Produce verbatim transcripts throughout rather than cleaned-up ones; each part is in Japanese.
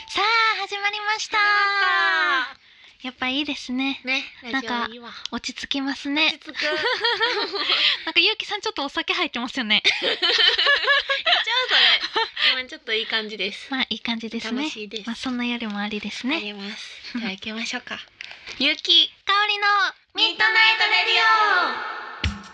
さあ始まりました。やっぱいいですね。 ね、 なんか落ち着きますね。 落ち着く。 なんかゆうきさんちょっとお酒入ってますよね。 言っちゃうそれ。今ちょっといい感じです。 まあいい感じですね。 楽しいです。 まあそんなよりもありですね。 あります。では行きましょうか。ゆうき香りのミッドナイトレディオ。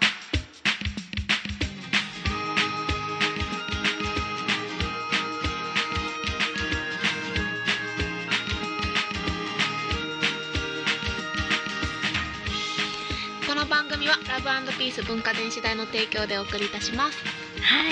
この番組はラブ&ピース文化電子代の提供でお送りいたします。 はい。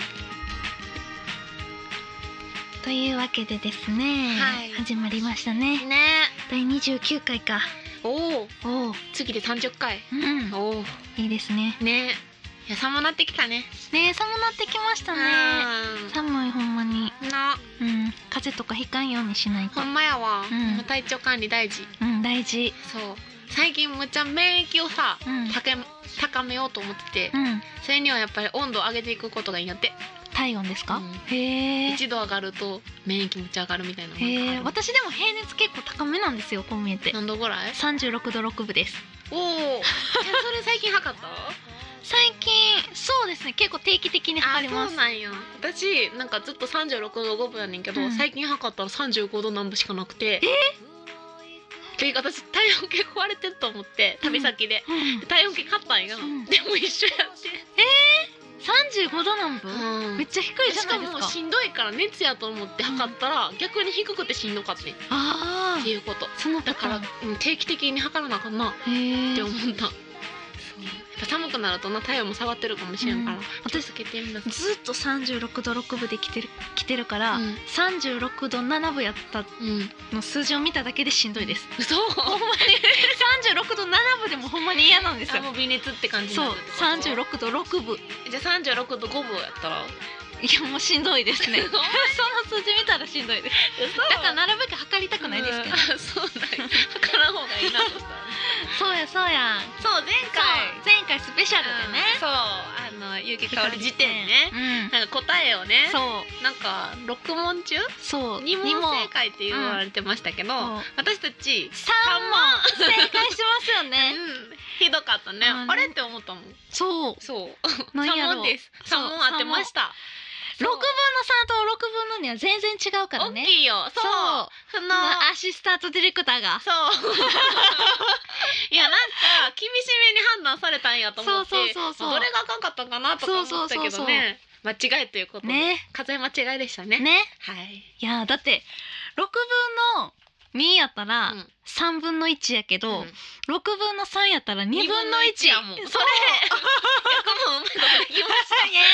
というわけでですね、はい、始まりましたね。 ね、 だいにじゅうきゅうかいか。 おお、 おお、 次でさんじゅっかい。 うん、 おお、 いいですね。 ね、いや寒なってきたね。 ね、寒なってきましたね。寒いほんまに。 な、 うん、風邪とかひかんようにしないと。 ほんまやわ。 うん、 体調管理大事。 うん、大事。 そう。最近むっちゃ免疫をさ、 うん、 高め高めようと思ってて、うん、それにはやっぱり温度を上げていくことがいいんやって。 体温ですか？うん、 へえ。一度上がると免疫むっちゃ上がるみたいなのがある。 へえ。私でも平熱結構高めなんですよ、こう見えて。 何度ぐらい？ さんじゅうろくどろくぶです。 おお。それ最近測った？ 最近そうですね、結構定期的に測ります。 そうなんや。私なんかずっとさんじゅうろくどごぶやねんけど、うん、最近測ったらさんじゅうごどなんぶしかなくて。 え？ で私体温計壊れてると思って旅先で、うん、体温計買ったんや、うん、でも一緒やって。 えー、さんじゅうごどなんぶ、うん、めっちゃ低いじゃないですか。しかもしんどいから熱やと思って測ったら、うん、逆に低くてしんどかった、ね、あっていうこと。そのだから、うん、定期的に測らなあかんなって思った。寒くなるとな体温も下がってるかもしれんから、うん、私ずっとさんじゅうろくどろくぶで来てる来てるから、うん、さんじゅうろくどななぶやったの数字を見ただけでしんどいです。 嘘、 ほんまにさんじゅうろくどななぶでもほんまに嫌なんですよ。 あ、もう微熱って感じになるってこと？ そう、さんじゅうろくどろくぶ。 じゃあさんじゅうろくどごぶやったらいやもうしんどいですね。その数字見たらしんどいです。だからなるべく測りたくないですけど、 うん、そうだよ、測らん方がいいなとしたらそうやそうや。 そう、前回前回スペシャルでね、 うん、そう、あのゆうきかおり辞典ね、うん、なんか答えをね、そうなんかろくもん中そうにもん正解って言われてましたけど、うん、私たちさんもん正解してますよね。 うん、ひどかったね。あれって思ったもん。そうそうさんもんです。さんもん当てました。 ろくぶんのさんとろくぶんのには全然違うからね。 大きいよ。そう、 そのアシスタントディレクターがそういやなんか厳しめに判断されたんやと思って、そうそうそうそう、どれがあかんかったんかなとか思ったけどね、間違いということで、ね、数え間違いでしたね。ね、はい。 いやだってろくぶんのにやったらさんぶんのいちやけど、うん、ろくぶんのさんやったらにぶんのいちやもん。それ逆もうまいことできました。イエ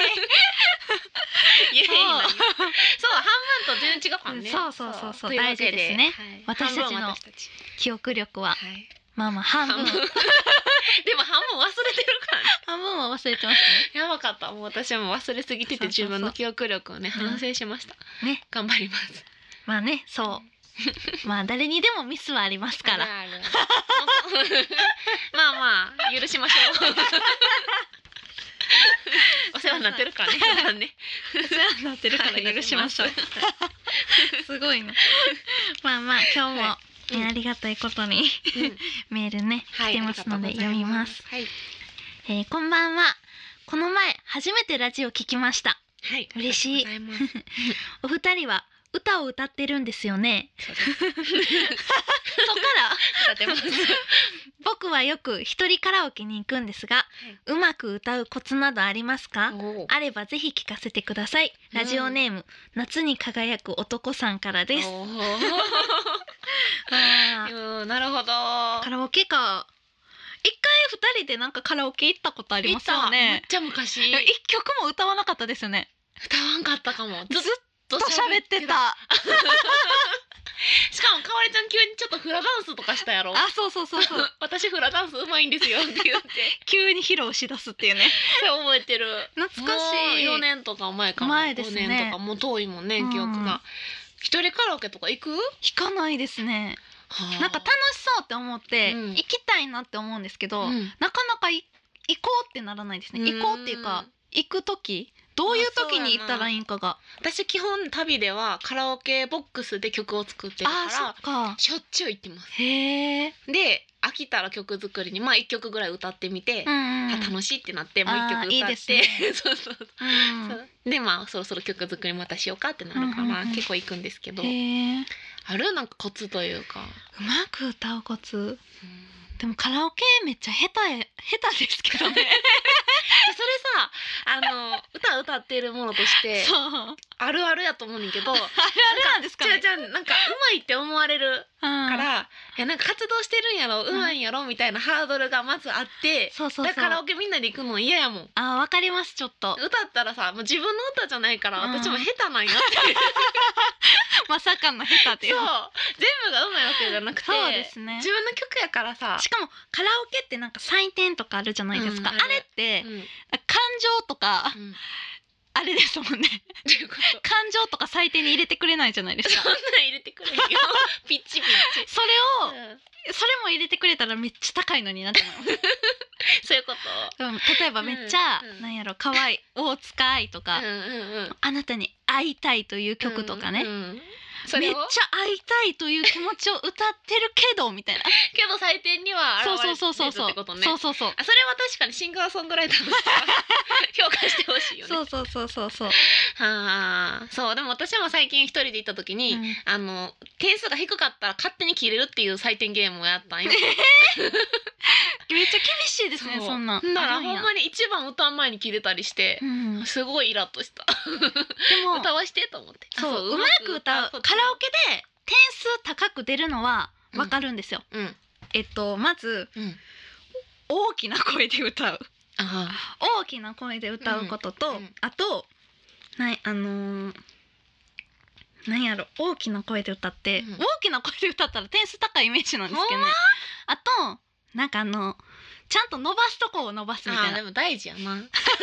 ーイイエーイ。そう、半分と全然違うからね。 そうそうそうそう、大事ですね、はい、私たちの記憶力は、はい、まあまあ半分でも半分忘れてるからね。 半分は忘れてますね。 やばかった。もう私はもう忘れすぎてて、自分の記憶力をね反省しました、うん、ね、頑張ります。 まあね、そうまあ誰にでもミスはありますから。 まあまあ許しましょう。お世話になってるからね。ね、 お世話になってるから許しましょう。すごいな。まあまあ今日も、はいね、ありがたいことに、うん、メールね来てますので読みます。はい、えー、こんばんは。この前初めてラジオ聞きました。はい、嬉しい。お二人は歌を歌ってるんですよね。そっから歌ってます。 僕はよく一人カラオケに行くんですが、はい、うまく歌うコツなどありますか？あればぜひ聞かせてください。ラジオネーム、うん、夏に輝く男さんからです。 あ、なるほど。 カラオケか。一回二人でなんかカラオケ行ったことありますよね。 めっちゃ昔。 一曲も歌わなかったですよね。 歌わんかったかも。 ずっと喋ってた。 しかもかわりちゃん急にちょっとフラダンスとかしたやろ。 あ、そうそうそうそう。 私フラダンスうまいんですよって言って急に披露しだすっていうね。 それ覚えてる。 懐かしい。 よねんとか前かも。 前ですね。 ごねんとかもう遠いもんね、記憶が。一人カラオケとか行く？ 行かないですね。なんか楽しそうって思って、うん、行きたいなって思うんですけど、うん、なかなか行こうってならないですね。行こうっていうか行く時どういう時に行ったらいいんかが。 私基本旅ではカラオケボックスで曲を作ってるから、 あ、そっか、 しょっちゅう行ってます。 へえ。 で飽きたら曲作りにまあいっきょくぐらい歌ってみて、 うんうん、 あ楽しいってなってもういっきょく歌って、 いいですねそうそうそう、 うん、 そうでまあそろそろ曲作りまたしようかってなるから、うんうんうん、結構行くんですけど、 へえ。 あるなんかコツというか、 うまく歌うコツ、うん、でもカラオケめっちゃ下手下手ですけどねそれさあの歌歌っているものとしてそうあるあるやと思うねんけどあるあるなんですかね。 じゃあじゃあなんかうまいって思われるから、うん、いやなんか活動してるんやろ、うまいんやろみたいなハードルがまずあって、 そうそうそう、 だからカラオケみんなで行くの嫌やもん。 あ、わかります。ちょっと歌ったらさもう自分の歌じゃないから、うん、私も下手なんやってまさかの下手っていう。 そう全部がうまいわけじゃなくて、 そうですね、 自分の曲やからさ。しかもカラオケってなんか採点とかあるじゃないですか、うん、あれって、うん、感情とか、うん、あれですもんね感情とか採点に入れてくれないじゃないですか。 そんなん入れてくれるよピッチピッチそれを、うん、それも入れてくれたらめっちゃ高いのになって思いますそういうこと、 うん、例えばめっちゃ、うんうん、なんやろ可愛い大塚愛とか、うんうんうん、あなたに会いたいという曲とかね、うんうんめっちゃ会いたいという気持ちを歌ってるけどみたいなけど採点には現れてるってことね。 そうそうそうそう、 それは確かにシンガーソングライターとしては評価してほしいよね。 そうそうそうそうそう。 はあ、そうでも私も最近一人で行った時に、うん、あの点数が低かったら勝手に切れるっていう採点ゲームをやったんよ。 えー、めっちゃ厳しいですね。 そ, そんなだからほんまに一番歌う前に切れたりして、うん、すごいイラッとしたでも歌わしてと思って。 そう、うまく歌うカラオケで点数高く出るのはわかるんですよ、うん、えっとまず、うん、大きな声で歌う、あ大きな声で歌うことと、うん、あとないあのー、なんやろ大きな声で歌って、うん、大きな声で歌ったら点数高いイメージなんですけどね。あとなんかあのちゃんと伸ばすとこを伸ばすみたいな。 あでも大事やなそれ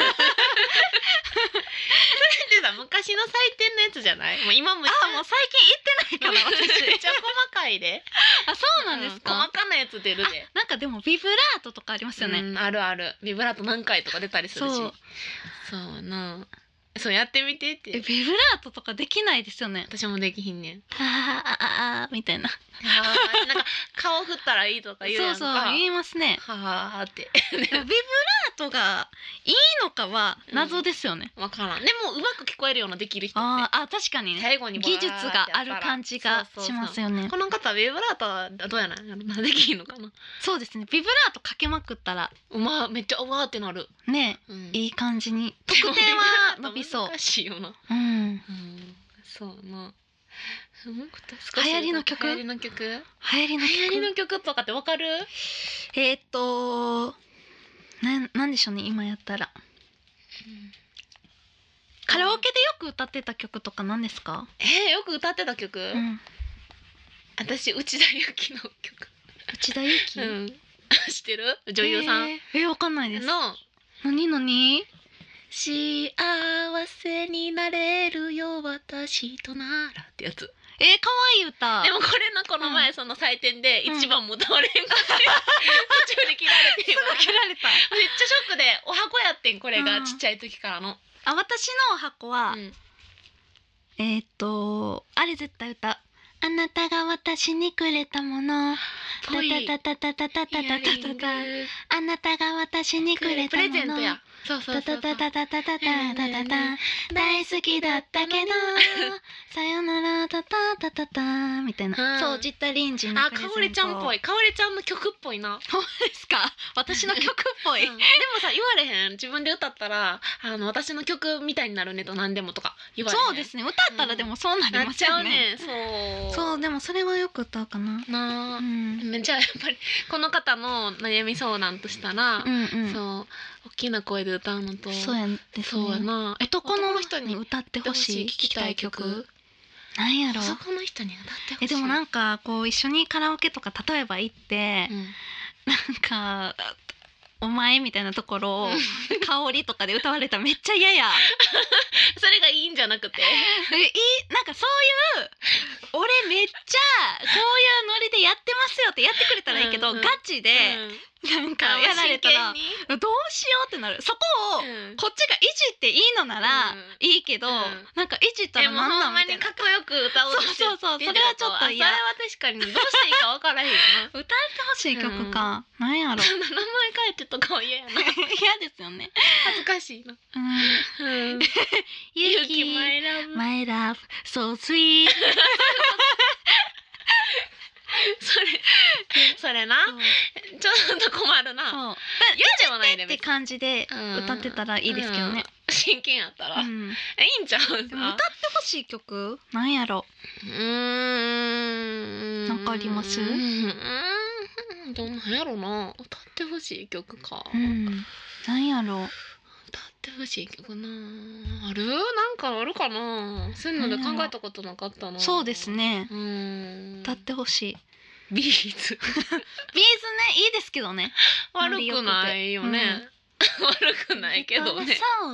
ってさ昔の採点のやつじゃない？もう今もあもう最近行ってないかな私めっちゃ細かいであそうなんですか、 うん、細かなやつ出るで。 なんかでもビブラートとかありますよね、 うん、あるあるビブラート何回とか出たりするし。そうそうなそうやってみてってえビブラートとかできないですよね。 私もできひんねん。 はああみたいなあなんか顔振ったらいいとか言うやんか。 そうそう言いますね。 はあってビブラートがいいのかは謎ですよね。 わ、うん、からん。でもうまく聞こえるようなできる人ってああ確かにね最後に技術がある感じがしますよね。そうそうそうこの方ビブラートはどうやないのできひんのかな。 そうですねビブラートかけまくったらうまめっちゃうわーってなるね、うん、いい感じに得点は伸びそう。 難しいよな。 うん、うん、 そうな。 流行りの曲流行りの曲流行りの曲流行りの曲とかってわかる？ えー、っとななんでしょうね今やったら、うん、カラオケでよく歌ってた曲とか何ですか？ えー、よく歌ってた曲、うん、私内田有紀の曲。 内田有紀、うん、 知ってる？女優さん。 えー、えー、わかんないです。 の何何？ 幸せになれるよ私とならってやつ。 えー、可愛い歌。 でもこれのこの前、うん、その採点で一番も歌われんかって、うん、途中で切られてすぐ切られた。 めっちゃショックでお箱やってんこれが、うん、ちっちゃい時からの。 あ私のお箱は、うん、えー、っとあれ絶対歌あなたが私にくれたものタタタタタタタタタタタあなたが私にくれたものプレゼントや。そうそうそうそうタタタタタタタタタタ大好きだったけどさよならタタタタタみたいな、うん、そうジッタリンジのあかおりちゃんっぽい。かおりちゃんの曲っぽいな。 そうですか私の曲っぽい、 うん、でもさ言われへん自分で歌ったらあの私の曲みたいになるねと何でもとか言われへん。 そうですね歌ったらでもそうなりますよね、 うん、なっちゃうね。そうそうでもそれはよく歌うかななあ、うん、じゃあやっぱりこの方の悩み相談としたら、うんうん、そう大きな声で歌うのとそうやですね。 そうやな男の人に歌ってほしい聞きたい曲なんやろ。 男の人に歌ってほしい。 えでもなんかこう一緒にカラオケとか例えば行って、うん、なんかお前みたいなところを香りとかで歌われたらめっちゃ嫌やそれがいいんじゃなくてえいいなんかそういう俺めっちゃこういうノリでやってますよってやってくれたらいいけど、うんうん、ガチで、 なんかやられたらどうしようってなる。そこをこっちがいじっていいのならいいけど、なんかいじったらなんなんみたいな。 かっこよく歌おうとしてそうそうそう、それはちょっと嫌。 それは確かにどうしていいか分からへんよな。 歌ってほしい曲か、なんやろ。 名前変えてとかは嫌やな。 嫌ですよね。 恥ずかしいな。 うん。 ゆきマイラブ。 マイラブ、so sweet。 それそれな、ちょっと困るな。そう。 嫌ではないって感じで歌ってたらいいですけどね。 真剣やったらいいんちゃう。 歌ってほしい曲なんやろ。 うーん。 なんかあります？うん。 どんなんやろな。歌ってほしい曲か。 うん。なんやろ。 歌ってほしい曲な。ある？なんかあるかな。そういうので考えたことなかったな。 そうですね。 うん。 歌ってほしい。 ビーズ。ビーズね、 いいですけどね。 悪くないよね。悪くないけどね。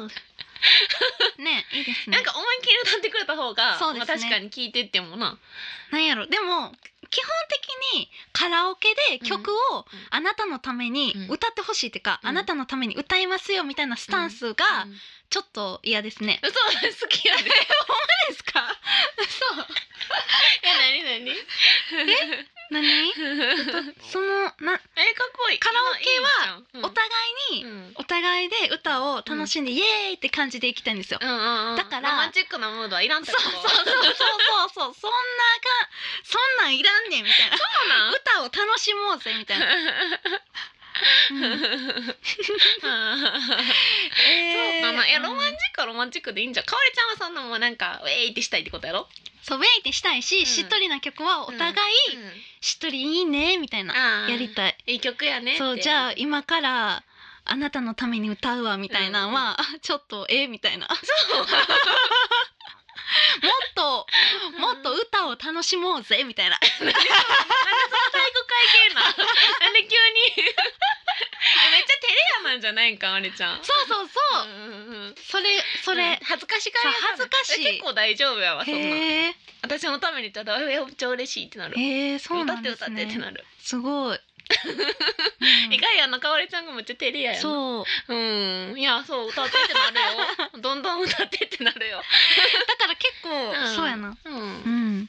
ね、いいですね。 なんか思いっきり歌ってくれた方が、 そうですね。 まあ確かに聞いてってもな。 なんやろ。でも基本的にカラオケで曲をあなたのために歌ってほしいっていうか、あなたのために歌いますよみたいなスタンスがちょっと嫌ですね。 そう、好きやで。ほんまですか？そう。 え、なになに？ え？何？そのなえ、かっこいい。 カラオケはお互いにお互いで歌を楽しんでイエーイって感じでいきたいんですよ。だからロマンチックなムードはいらんってこと。 そうそうそうそうそう、そんながそんなんいらんねんみたいな。 そうなん？ 歌を楽しもうぜみたいな。うん、そうかな。いや、ロマンチックはロマンチックでいいんじゃん。かおりちゃんはそんなもんなんかウェイってしたいってことやろ。 そう、ウェイってしたいし、うん、しっとりな曲はお互い、うん、しっとりいいねみたいな、やりたい。 いい曲やねって。 そう、じゃあ今からあなたのために歌うわみたいなのは、うん、ちょっとえー、みたいな。そうもっともっと歌を楽しもうぜみたいな。なんでその体育会系な。なんで急にめっちゃ照れ屋なんじゃないんか、あれちゃん。 そうそうそう。うんうんうん、それそれ、うん、 恥ずかしがり屋。 恥ずかしい。 結構大丈夫やわそんな。私のために言ったらめっちゃ嬉しいってなる。 へえ、そうなんですね。 歌って歌ってってなる。 すごい。 うん、意外やな、かおりちゃんがめっちゃ照れ屋やな。 そう。 うん。いや、そう、歌ってってなるよ。どんどん歌ってってなるよ。 だから結構、うん、そうやな。うん。うん。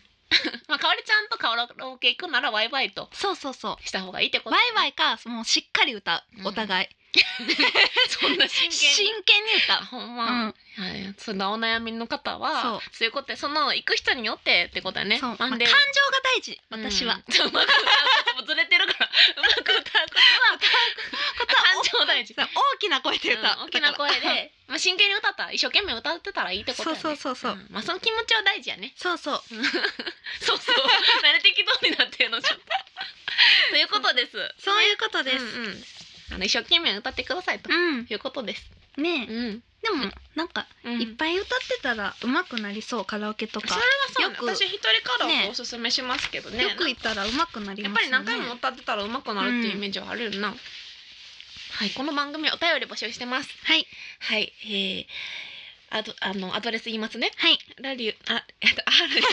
まあ、かおりちゃんとカラオケ行くならワイワイと。 そうそうそう。 した方がいいってこと。 ワイワイか、もうしっかり歌う、お互い。 そんな真剣に真剣に歌う。 ほんま。うん、はい、そんなお悩みの方はそう、そういうことで、その行く人によってってことだね。 そう、まあ、感情が大事、私は。 うん、うまく歌うこともずれてるから、うまく歌うことは感情大事。 大きな声で歌う、 うん、大きな声で、まあ真剣に歌ったら、一生懸命歌ってたらいいってことだね。 そうそうそうそう。 うん、まあその気持ちは大事やね。 そうそう。 そうそう。慣れ適当になってるのちょっと。ということです。 そういうことです。 うんうん、あの一生懸命歌ってくださいということです。 ねえ、うん、でもなんか、うん、いっぱい歌ってたら上手くなりそう、カラオケとか。 それはそう、ね、よく私一人カラオケおすすめしますけどね。 よく行ったら上手くなりますよね。 やっぱり何回も歌ってたら上手くなるっていうイメージはあるよな。うん、はい、この番組お便り募集してます。はいはい、えーあとあのアドレス言いますね。はい。ラリュあえっと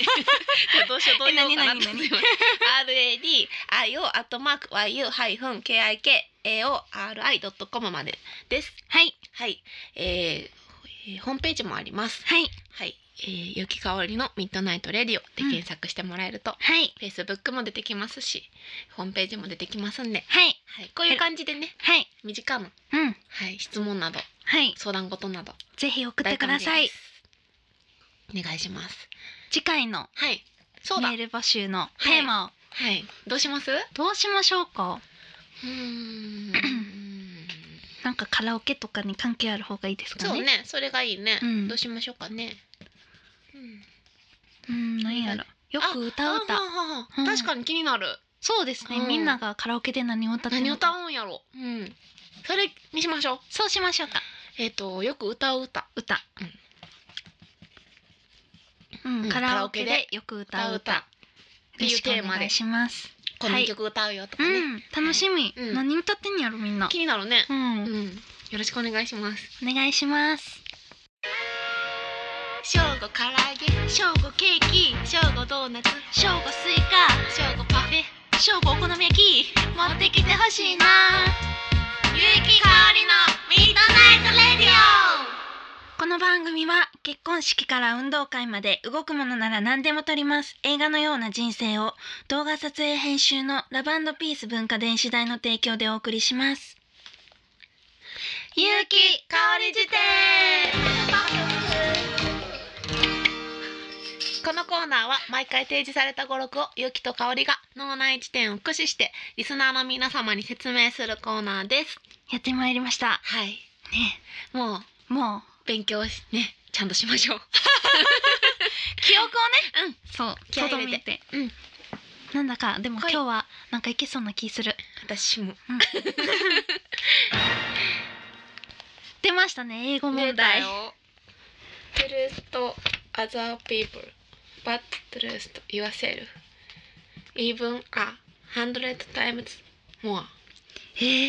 R どうしようどうしようかなって。アールエーディーアイオー アットマーク ワイユー ハイフン ケーアイケーエーオーアールアイ ドットコムまでです。はいはい。えー、ホームページもあります。はいはい。えー、ゆきかおりのミッドナイトレディオで検索してもらえると、うん、はい、フェイスブックも出てきますし、ホームページも出てきますんで、はいはい、こういう感じでね、はい、身近な、うん、はい、質問など、はい、相談事などぜひ送ってください。 お願いします。 次回のはい、そうだメール募集のテーマを、 はいはい、どうします？ どうしましょうか。うーんなんかカラオケとかに関係ある方がいいですかね。 そうね、それがいいね。うん、どうしましょうかね。 うん、うん、何やろ。よく歌う歌。 うん、確かに気になる。 そうですね、うん。みんながカラオケで何を歌ってるのか。何歌うんやろ。うん。それにしましょう。 そうしましょうか。 えっとよく歌う歌。 歌。うん。うん、カラオケでよく歌う歌。っていうテーマで。お願いします。 この曲歌うよとかね。はい、うん、 楽しみ、うん。何歌ってんやろみんな。 気になるね。うん。うん、よろしくお願いします。 お願いします。 正午唐揚げ、正午ケーキ、正午ドーナツ、正午スイカ、正午パフェ。 翔子お好み焼き持ってきてほしいな。 ゆうきかおりのミッドナイトレディオ。 この番組は結婚式から運動会まで動くものなら何でも撮ります。映画のような人生を動画撮影編集のラブ&ピース文化電子台の提供でお送りします。 ゆうきかおり辞典。このコーナーは毎回提示された語録をゆうきとかおりが脳内辞典を駆使してリスナーの皆様に説明するコーナーです。 やってまいりました。 はいね、 もうもう勉強しねちゃんとしましょう。 記憶をね、 うん、 そう気合いとど入れてめて、うん、なんだかでもはい今日はなんかいけそうな気する。 私も、 うん、出ましたね、英語問出た題。 よ。Trust other people but trust yourself even a hundred times more。 えー、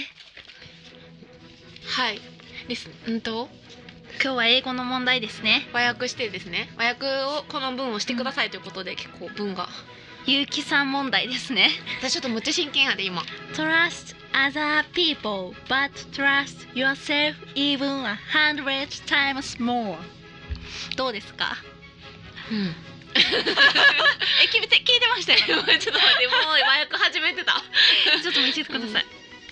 はい。ですうんと今日は英語の問題ですね。 和訳してですね、和訳をこの文をしてくださいということで、うん、結構文がゆうきさん問題ですね。 私ちょっとむっちゃ真剣やで今。 Trust other people but trust yourself even a hundred times more。 どうですか？ うんえ、聞いて、聞いてましたよ。 ちょっと待って、もう和訳始めてた。 ちょっと見せてください。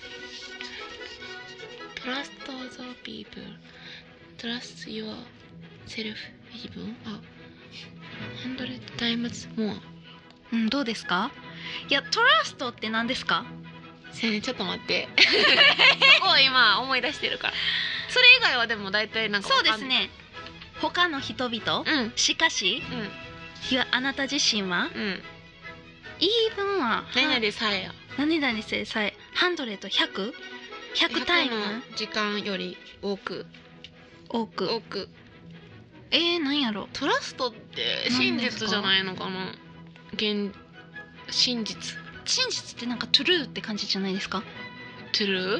うん、Trust other people Trust yourself even a hundred times more。 うん、どうですか？いや、トラストって何ですか？ せやね、ちょっと待って。そこを今思い出してるから。それ以外はでも大体なんかそうですね。他の人々、 うん、 しかし、 うん、 いや、あなた自身は、 うん、 even は何々さえや何々せさえハンドレットひゃく ひゃくタイムの時間より多く多く多くえー、何やろ。 トラストって真実じゃないのかな。現真実真実ってなんかトゥルーって感じじゃないですか？ トゥルー？あ、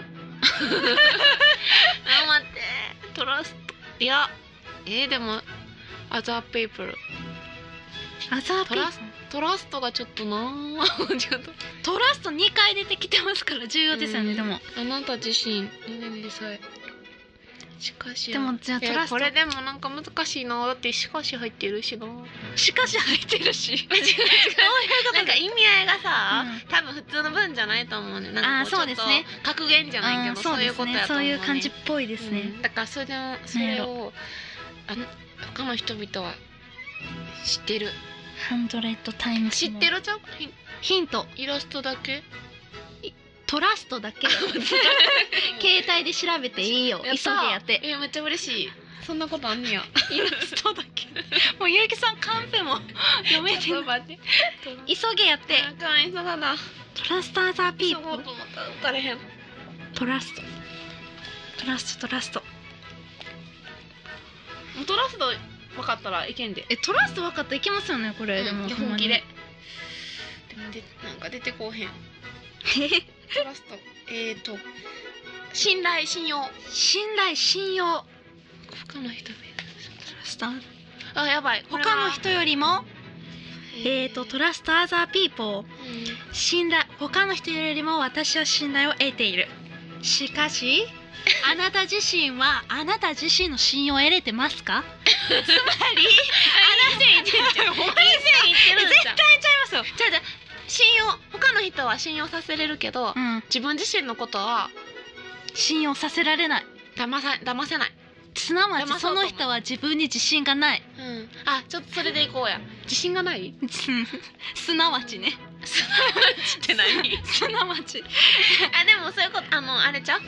待って、トラスト、いや、えー、でも other people other people トラストラストがちょっとなーちょっとトラストにかい出てきてますから重要ですよね。でもあなた自身何々でさえしかしでもじゃあトラストこれでもなんか難しいな。だってしかし入ってるしな。 しかし入ってるし違う違うなんか意味合いがさ、 うん、 多分普通の文じゃないと思うね。なんかこうちょっと格言じゃないけど、そういうことやと思うね。 そういう感じっぽいですね、 うん、だからそれでそれをあの他の人々は知ってる。 ハンドレットタイム知ってるじゃん。 ヒント、 イラストだけトラストだけ携帯で調べていいよ。急げやって。 え、めっちゃ嬉しい。そんなことあんねや。 イラストだけもうゆうきさんカンペも読めてちょっと待って、 急げやって。 あかん、急がな。 トラストアザーピーポー。 急ごうと思ったら打たれへん。 トラストトラストトラストもうトラスト分かったらいけんで。 え、トラスト分かったらいけますよねこれ、うん、でも本気で。でもでなんか出てこうへん。トラスト、えーと信頼、信用、 信頼、信用。 他の人、 トラスト、 あ、やばい、 他の人よりもえーとトラストアザーピーポー、信頼、他の人よりも私は信頼を得ている。しかしあなた自身はあなた自身の信用を得れてますか？つまりあなた言ってるじゃん。お前絶対ちゃいますよ。 じゃあじゃあ信用、他の人は信用させれるけど、 うん、 自分自身のことは信用させられない。 騙さ騙せない。 すなわちその人は自分に自信がない。 うん、あ、ちょっとそれでいこうや。自信がない？ すなわちね。 すなわちって何？ すなわち。 あ、でもそういうこと、あのあれちゃう？うん。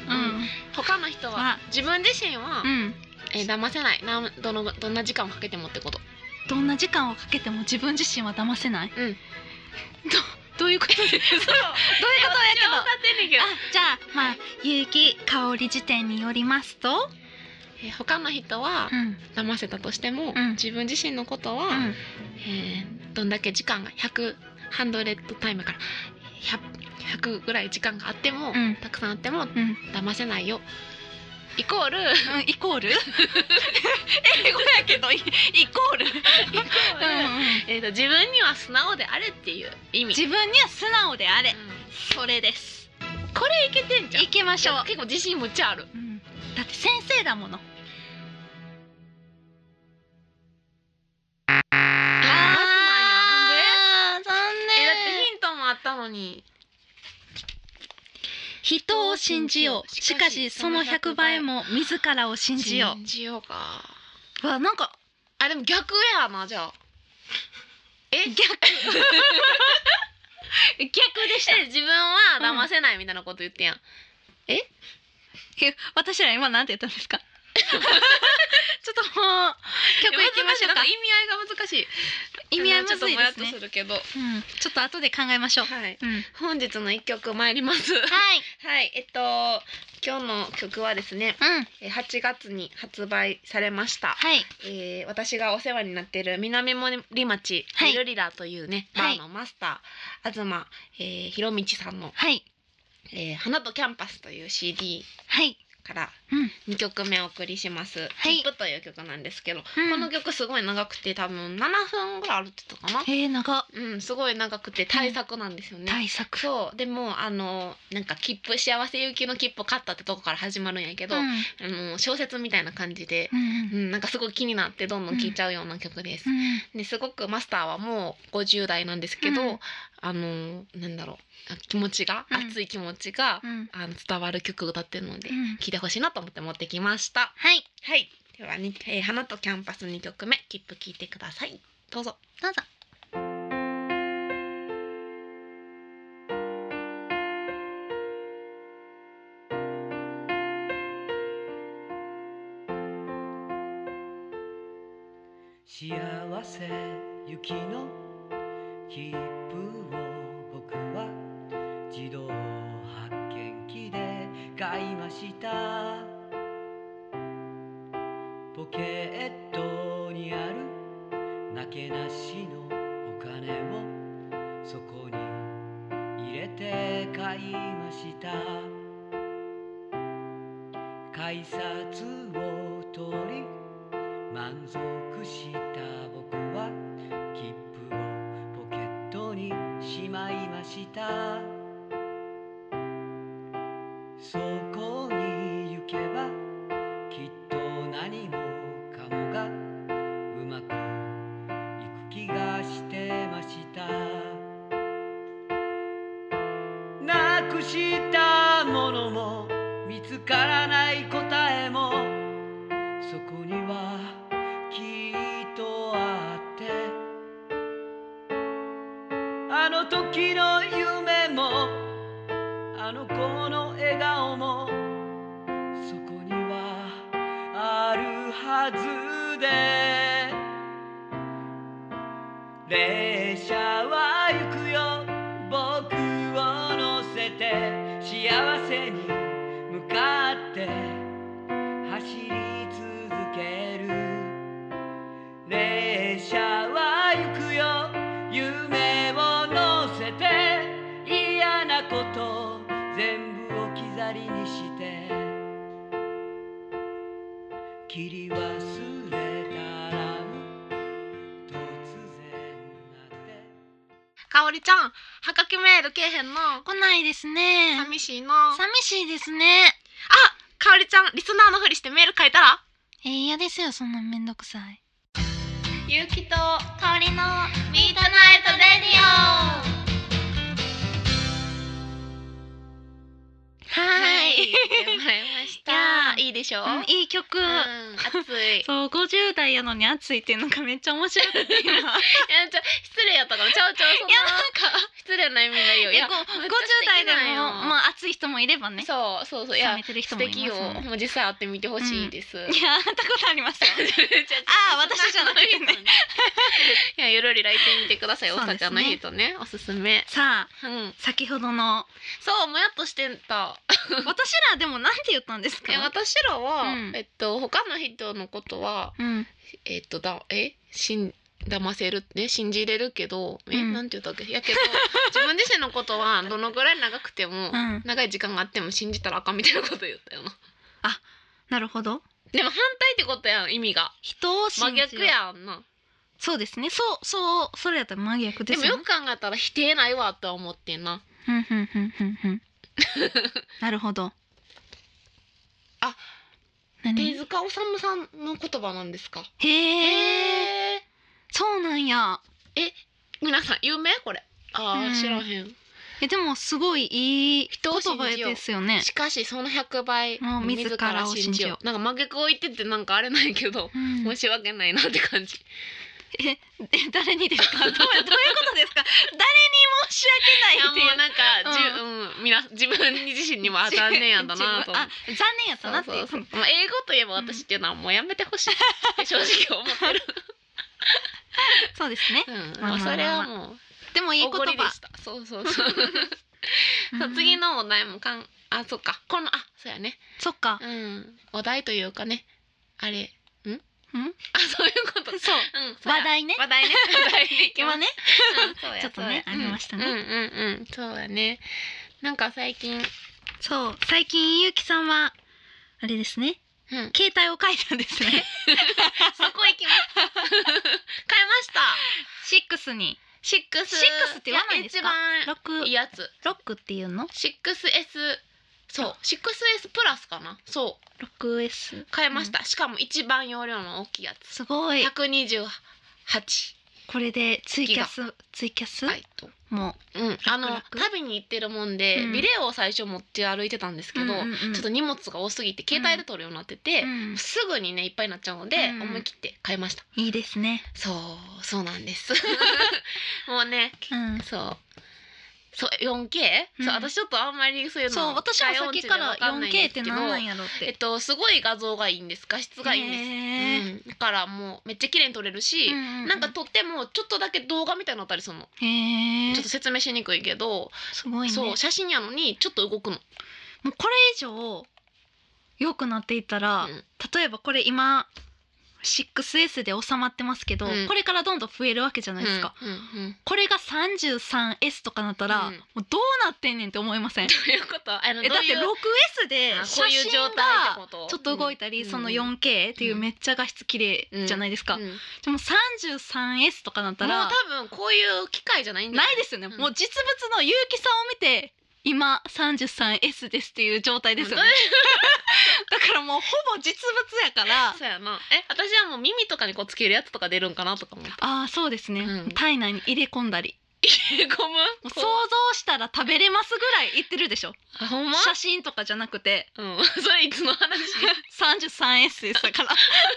他の人は自分自身は、 うん、 えー、騙せない。などのどんな時間をかけてもってこと。 どんな時間をかけても自分自身は騙せない。 うん。 どどういうことですか？どういうことやけど。あ、じゃあまあゆうきかおり辞典によりますと、 えー、他の人は騙せたとしても、うん、自分自身のことは、うん、えー、どんだけ時間がひゃくハンドレッドタイムからひゃく、ひゃくぐらい時間があっても、うん、たくさんあっても、うん、騙せないよ。イコール、うん、 イコール英語やけどイコールイコール、 うんうん、ええーと自分には素直であれっていう意味。 自分には素直であれ、うん、それです。 これいけてんじゃん。 いけましょう。 結構自信むっちゃある、 うん、だって先生だもの。ああ、なんで？残念。 えだってヒントもあったのに。 人を信じよう、しかしそのひゃくばいも自らを信じよう。 信じようか。 わ、なんかあ、でも逆やな。じゃあえ逆逆でした。自分は騙せないみたいなこと言ってやん、うん、え私ら今なんて言ったんですか？ちょっともう曲いきましょうか。 意味合いが難しい。 意味合いむずいですね。 ちょっともやっとするけど、 うん、ちょっと後で考えましょう。 はい、 うん、 本日の一曲参ります。はいはい、えっと今日の曲はですね、うん、はちがつに発売されました、はい、えー、私がお世話になっている南森町ルルリラというね、はい、バーのマスター東、えー、ひろみちさんの、はい、えー、花とキャンパスという シーディー、はいからにきょくめお送りします、はい、キップという曲なんですけど、うん、この曲すごい長くて多分ななふんぐらいあるって言ったかな。 へえ、長。 うん、すごい長くて大作なんですよね、うん、大作。そうでもあのなんか切符幸せ行きの切符買ったってとこから始まるんやけど、うん、あの小説みたいな感じで、うんうん、なんかすごい気になってどんどん聴いちゃうような曲です、うん、ですごくマスターはもうごじゅうだいなんですけど、うん、あのなんだろう気持ちが、うん、熱い気持ちが、うん、あの伝わる曲を歌ってるので、うん、聴いてほしいなと思って持ってきました。はいはい。ではに、えー、花とキャンパスにきょくめ切符聴いてください。どうぞどうぞ。 幸せ行きの切符を僕は自動発券機で買いました。ポケットにあるなけなしのお金をそこに入れて買いました。改札を通り満足した僕は切符をポケットにしまいました。そこに行けばきっと何もかもがうまくいく気がしてました。なくしたものも見つからない答えもそこにはきっとあって、あの時の夢もあの子の笑顔もそこにはあるはずで、列車は行くよ僕を乗せて幸せに向かって走り続ける。列車は行くよ夢を乗せて嫌なこと全部置き去りにして切り忘れたら突然なってかおりちゃんはがきメールけえへんの？ 来ないですね。 寂しいの。 寂しいですね。 あ、かおりちゃんリスナーのふりしてメール書いたら？ えー、嫌ですよそんなめんどくさい。 ゆうきとかおりのミートナイトレディオ。 はい、 やってもらいました。いいでしょ、うん、 いい曲、うん、 熱い。 そうごじゅうだいやのに熱いっていうのがめっちゃ面白くて今いやちょ失礼やったからちゃうちゃうそんな。いやなんか失礼な意味ないよ。いやごじゅうだいでもまあ熱い人もいればね。 そうそうそう。いや冷めてる人もいますね。 素敵よ。もう実際会ってみてほしいです。うん、 いや会ったことありますよ。ああ私じゃなくてね。 いやゆるりら行ってみてください。大阪の人ねおすすめ。 さあ、うん、先ほどのそうもやっとしてた。 私らでもなんて言ったんですか？ 私らは、うん、えっと他の人のことは、うん、えっとだえしん騙せるね信じれるけどえ、うん、なんて言ったっけやけど自分自身のことはどのぐらい長くても、うん、長い時間があっても信じたらあかんみたいなこと言ったよな。 あ、なるほど。 でも反対ってことやん意味が。 人を信じ真逆やんな。 そうですね。そうそうそれやったら真逆ですよね。 でもよく考えたら否定ないわとは思ってんな。 ふんふんふんふんふんなるほど。 あ、 何？ 手塚治虫さんの言葉なんですか。 へえ。 えそうなんや。 え、皆さん有名これ。あー、 うん知らへん。 えでもすごいいい人を信言葉じようですよね。 しかしそのひゃくばいもう自らを信じよう。 なんか真逆を言っててなんかあれないけど、 うん申し訳ないなって感じ。 ええ誰にですか？どうどういうことですか？誰に申し訳ないいやっていう。 もうなんか、じゅうん、みな自分自身にもあ残念やったなと思あって。 残念やったなっていう。 そうそうそうまあ英語といえば私っていうのはもうやめてほしいって正直思ってる。 そうですね。 うん、 まあまあまあまあまあそれはもうでもいい言おごりで葉し。た。そうそうそう。さあ次のお題もかんあそっかこのあそうやね。 そっか。 うんお題というかねあれんうんあそういうこと。 そううんそうや話題ね。 話題ね話題ね今ね。 うんそうやちょっとねそうやありましたねうんうんうんそうやね。なんか最近そう最近ゆうきさんはあれですね。 うん携帯を変えたんですね。 そこ行きます変えましたシックスに。 シックスシックスって言わないんですか？ 一番六いいやつロックっていうの？ シックスエスそう シックスエス プラスかなそうロクエス変えました、しかも一番容量の大きいやつすごい。 ひゃくにじゅうはちこれでツイキャスツイキャスバイトもうんあの楽々 旅に行ってるもんで、 うんビデオを最初持って歩いてたんですけど、 うんうんうんちょっと荷物が多すぎて携帯で撮るようになってて、 うんすぐにねいっぱいになっちゃうので、 うん思い切って変えました。 いいですね。 そうそうなんですもうねうん。 そうそう よんケー、 うんそう私ちょっとあんまりそういうのそう私もさっきから機械音痴でよんケー ってわかんないんですけど何なんやろっえて。 っとすごい画像がいいんです画質がいいんです、 へーうん、だからもうめっちゃ綺麗に撮れるし、 うんうんうんなんか撮ってもちょっとだけ動画みたいになったりするの、 へえ。 ちょっと説明しにくいけど、 すごいね。 そう写真やのにちょっと動くの、 もうこれ以上良くなっていったら、 うん例えばこれ今 シックスエス で収まってますけど、 うんこれからどんどん増えるわけじゃないですか。 うんうんうん、 これが サンジュースリーエス とかなったら、 うんもうどうなってんねんって思いません？ どういうことあのえだってどういうろくエス であ写こういう真状態ってがことちょっと動いたり、 うんその よんケー っていうめっちゃ画質綺麗じゃないですか、 うんうんでも サンジュースリーエス とかなったらもう多分こういう機械じゃないんじゃなないいですよね、 うんもう実物の結城さんを見て今 サンジュースリーエス ですっていう状態ですよね、だからもうほぼ実物やからそうやなえ私はもう耳とかにこうつけるやつとか出るんかなとか思ってああそうですね、 うん体内に入れ込んだり入れ込むもう想像したら食べれますぐらい言ってるでしょ。 あほんま写真とかじゃなくてうんそれいつの話さんじゅうさんエス ですだから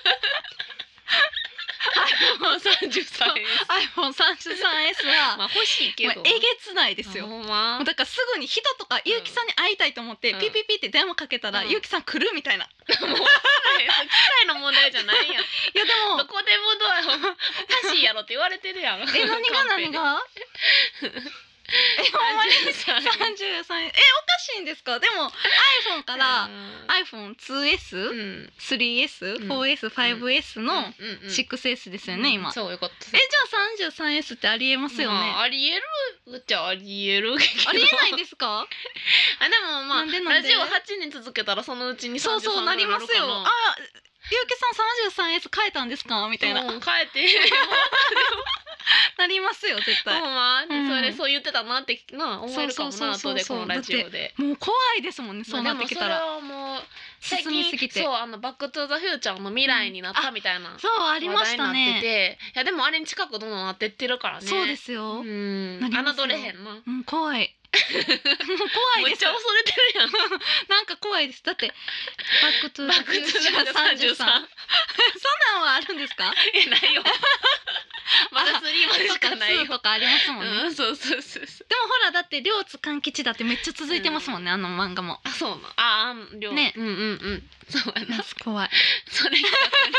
もうさんじゅうさんえんアイフォンさんじゅうさんエス は、 まあ欲しいけどもうえげつないですよ。 ほんまもうだからすぐに人とか結城さんに会いたいと思って、 うんピピピって電話かけたら、 うん結城さん来るみたいな。いもう機械の問題じゃないやんやでもどこでもドアおかしいやろって言われてるやんえ何が何がえほんまにさんじゅうさんえおかしいんですか。でも iPhone から、アイフォンツーエス、 うんスリーエス、 んフォーエス、ファイブエス の シックスエス ですよね、今。 そういうことえじゃあ さんじゅうさんエス ってありえますよね。 まあ、ありえるじゃありえるけどありえないんですか。 あでもまあなんでなんでラジオはちねん続けたらそのうちにそうそうなりますよ。あ、ゆうきさん さんじゅうさんエス 変えたんですかみたいな、 うん、変えてなりますよ絶対。 ほんま、 うんそれそう言ってたなってな思えるかもなそうそうそうそう後でこのラジオで。 もう怖いですもんね、そうなってきたら。 まあでもそれはもう最進みすぎて近そうあのバックトゥザフューチャーの未来になったみたいなそうありました話題になってね。 て、いやでもあれに近くどんどんなってってるからね。 そうですよ。 ううんんなりますよ侮れへんな。 うん怖い。もう怖いです。 めっちゃ恐れてるやん。 なんか怖いです。だってバックトゥザバックトゥザフューチャーさんじゅうさん。そんなんはあるんですか？ えないよ。まだスリーまでしかないよ。 そうとかありますもんね。 うんそうそうそうそう。 でもほらだって両津勘吉だってめっちゃ続いてますもんね、あの漫画も。 あそうな。ああ両ねうんうんうん。そうやな。 怖い。 それが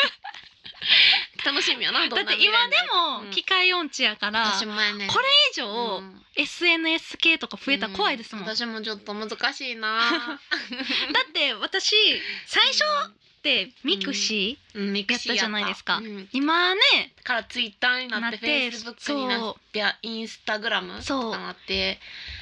楽しみやな。どんなだって今でうんも機械音痴やから、 私もやね。 これ以上、 うんエスエヌエス 系とか増えたら怖いですもん、 うだ私もちょっと難しいな。 って私最初ってミクシうんミーやったじゃないですか、 うん今ねからツイッターになってフェなってイスブックになってインスタグラムそうとかなって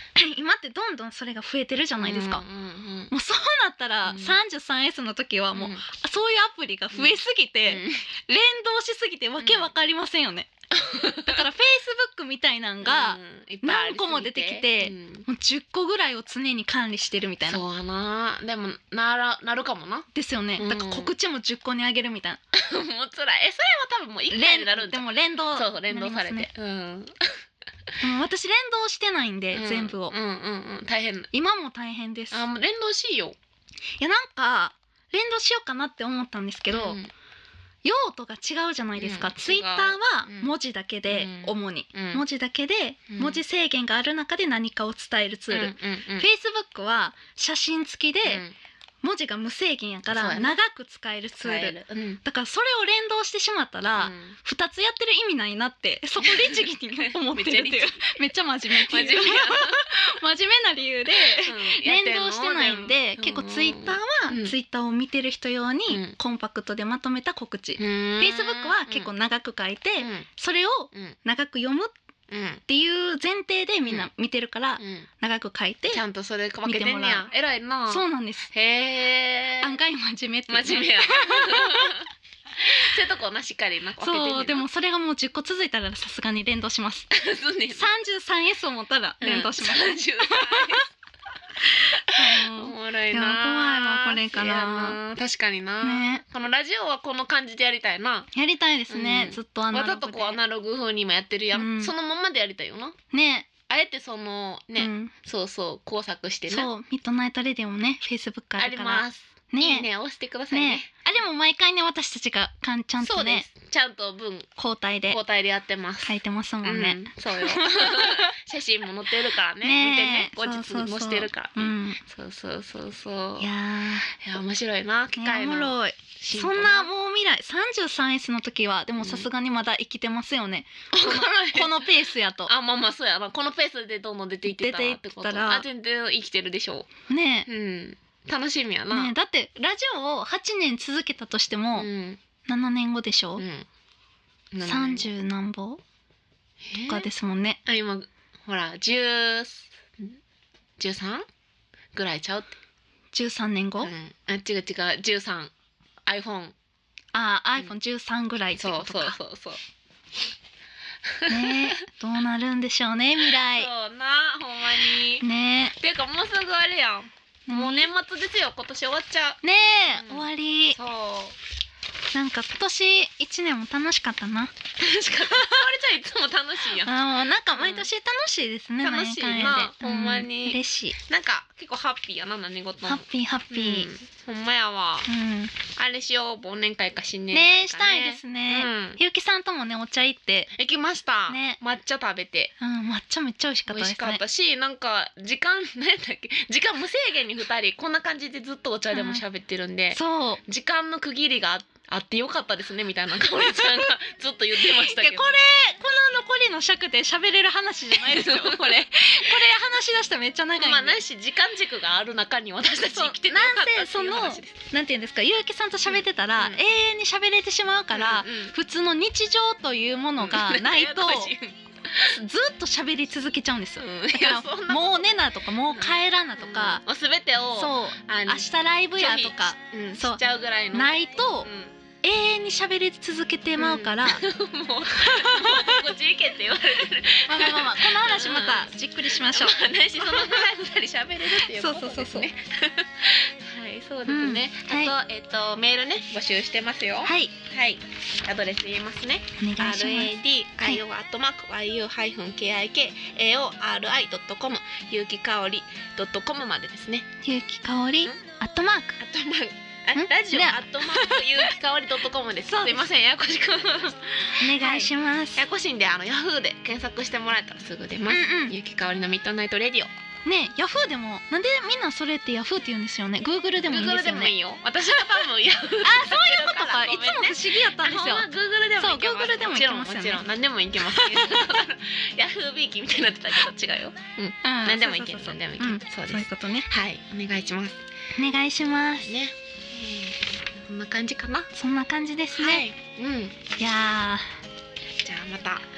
今ってどんどんそれが増えてるじゃないですか、 うんうんうん、 もうそうなったら、うん、さんじゅうさんエス の時はもう、うん、そういうアプリが増えすぎて、うん、連動しすぎてわけわかりませんよね、うん、だからフェイスブックみたいなんが何個も出てきて、うん、もうじゅっこぐらいを常に管理してるみたいな。 そうやな。でもならなるかもな。 ですよね、うん、だから告知もじゅっこにあげるみたいなもうつらい。えそれは多分もういっかいになるんじゃん。 でも連動、 そうそう連動されて、うん、 でも私連動してないんで、うん、全部を、 うんうんうん、大変。 今も大変です。 あもう連動しいよ。 いやなんか連動しようかなって思ったんですけど、うん、用途が違うじゃないですか、うん、ツイッターは文字だけで、うん、主に、うん、文字だけで文字制限がある中で何かを伝えるツール、うんうんうん、フェイスブックは写真付きで、うん文字が無制限やから長く使えるツール、うん、だからそれを連動してしまったら、うん、ふたつやってる意味ないなってそこ律儀に思ってるっていうめっちゃ真面目っていう真面目真面目な理由で、うん、連動してないんで、結構ツイッターは、うん、ツイッターを見てる人用にコンパクトでまとめた告知、フェイスブックは結構長く書いて、うん、それを長く読むっていう前提でみんな見てるから、うん、長く書いてちゃんとそれ分けてんねや。偉いな。 そうなんです。 へー案外真面目って、 ね、真面目やそういうとこなしっかりな分けてんねんな。 そうでもそれがもうじゅっこ続いたらさすがに連動しますさんじゅうさんエス を持ったら連動します、うん、さんじゅうさんエスおもろいな。 怖いわこれから確かにな、ね、このラジオはこの感じでやりたいな。 やりたいですね、うん、ずっとアナログでわざとこうアナログ風に今やってるやん、うん、そのままでやりたいよな。 ねあえてそのね、うん、そうそう工作してね。 そうミッドナイトレディオもねフェイスブックあるからありますね。いいね押してください ね, ねあれも毎回ね私たちがかんちゃんとねちゃんと文交代で交代でやってます。 書いてますもんね、 うん、そうよ写真も載ってるからねね見てね後日載してるから、うん、そうそうそうそういやいや面白いな機械の、ね、おもろい。 そんなもう未来 さんじゅうさんエス の時はでもさすがにまだ生きてますよね、うん、こ, のこのペースやとあまあまあそうやな。このペースでどんどん出ていってたらってことあ全然生きてるでしょうね。うん楽しみやな、 ね、だってラジオをはちねん続けたとしても、うん、ななねんごでしょ、うん、さんじゅう何本とかですもんね。 あ今ほらじゅう、じゅうさんぐらいちゃうってじゅうさんねんご、 うん、あ違う違うじゅうさん iPhone あ アイフォンじゅうさん ぐらいってことか、 うん、そうそうそうそうねどうなるんでしょうね未来。 そうなほんまにねていうかもうすぐあれやんもう年末ですよ。今年終わっちゃうねえ、うん、終わり。そうなんか今年一年も楽しかったな。 楽しかった。かおりちゃんいつも楽しいやん。 あなんか毎年楽しいですね、 うん、楽しいなほんまに、 うん、嬉しい。 なんか結構ハッピーやな何事もハッピーハッピー、 うん、ほんまやわ、うん、あれしよう忘年会か新年会かねねしたいですね、うん、ゆうきさんともねお茶行って行きましたね。抹茶食べて、 うん、抹茶めっちゃ美味しかったですね。 美味しかったしなんか時間何やったっけ時間無制限にふたりこんな感じでずっとお茶でも喋ってるんで、うん、そう時間の区切りがあってあってよかったですねみたいなかおりちゃんがずっと言ってましたけど。いやこれこの残りの尺で喋れる話じゃないですよこれこれ話し出したらめっちゃ長いんで。 まあないし時間軸がある中に私たち生きててよかったっていう話です。 なんていうんですかゆうきさんと喋ってたら、うん、永遠に喋れてしまうから、うんうん、普通の日常というものがないと、うん、ずっと喋り続けちゃうんですよ、うん、だからもう寝なとかもう帰らなとか、 うん、全てをそう明日ライブやとか、 うん、そうしちゃうぐらいのないと、うん永遠に喋り続けてまうから、うん、もうこっち行けって言われてるまあまあまあまあこの話またじっくりしましょう、 まあ、ないしそのぐらいふたり喋れるっていうことですねはいそうですね、うん、あと、はい、えっ、ー、とメールね募集してますよ。はいはいアドレス言いますね。お願いします。 アールエーディーアイオー アットマーク ワイユー ハイフン ケーアイケーエーオーアールアイ ドットコム ゆうきかおり ドットコム までですね。 ゆうきかおりアットマークアットマークラジオアットマークゆうきかおりドットコムです。すいませんややこしくお願いします、 はい、ややこしいんであのヤフーで検索してもらえたらすぐ出ます、うんうん、ゆうきかおりのミッドナイトレディオね。ヤフーでもなんでみんなそれってヤフーって言うんですよね。グーグルでもいいんですよね。 グーグルでもいいよ。私が多分ヤフーあそういうことかいつも不思議やったんですよ。 グーグルでもいけます。 そうグーグルでもいけますよね。 もちろん何でもいけますヤフービーキみたいになってたけど違うよ、うん、何でもいける何でもいけるそうです。 そういうことね。 はいお願いしますお願いしますね。こんな感じかな。 そんな感じですね、 はい、うん、 いやじゃあまた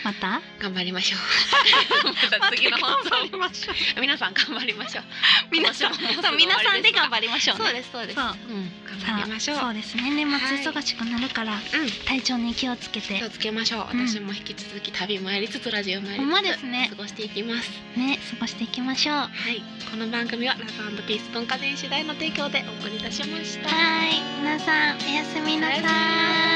また頑張りましょう。次の放送皆さん頑張りましょう。 皆さんそう皆さんで頑張りましょうね。 そうですそうです。うん頑張りましょう。 そうですね。年末忙しくなるから体調に気をつけて気をつけましょう。私も引き続き旅もやりつつラジオもやりつつ過ごしていきますね。過ごしていきましょう。はい。この番組はラブ&ピース文化電子台の提供でお送りいたしました。 はい。皆さんおやすみなさい。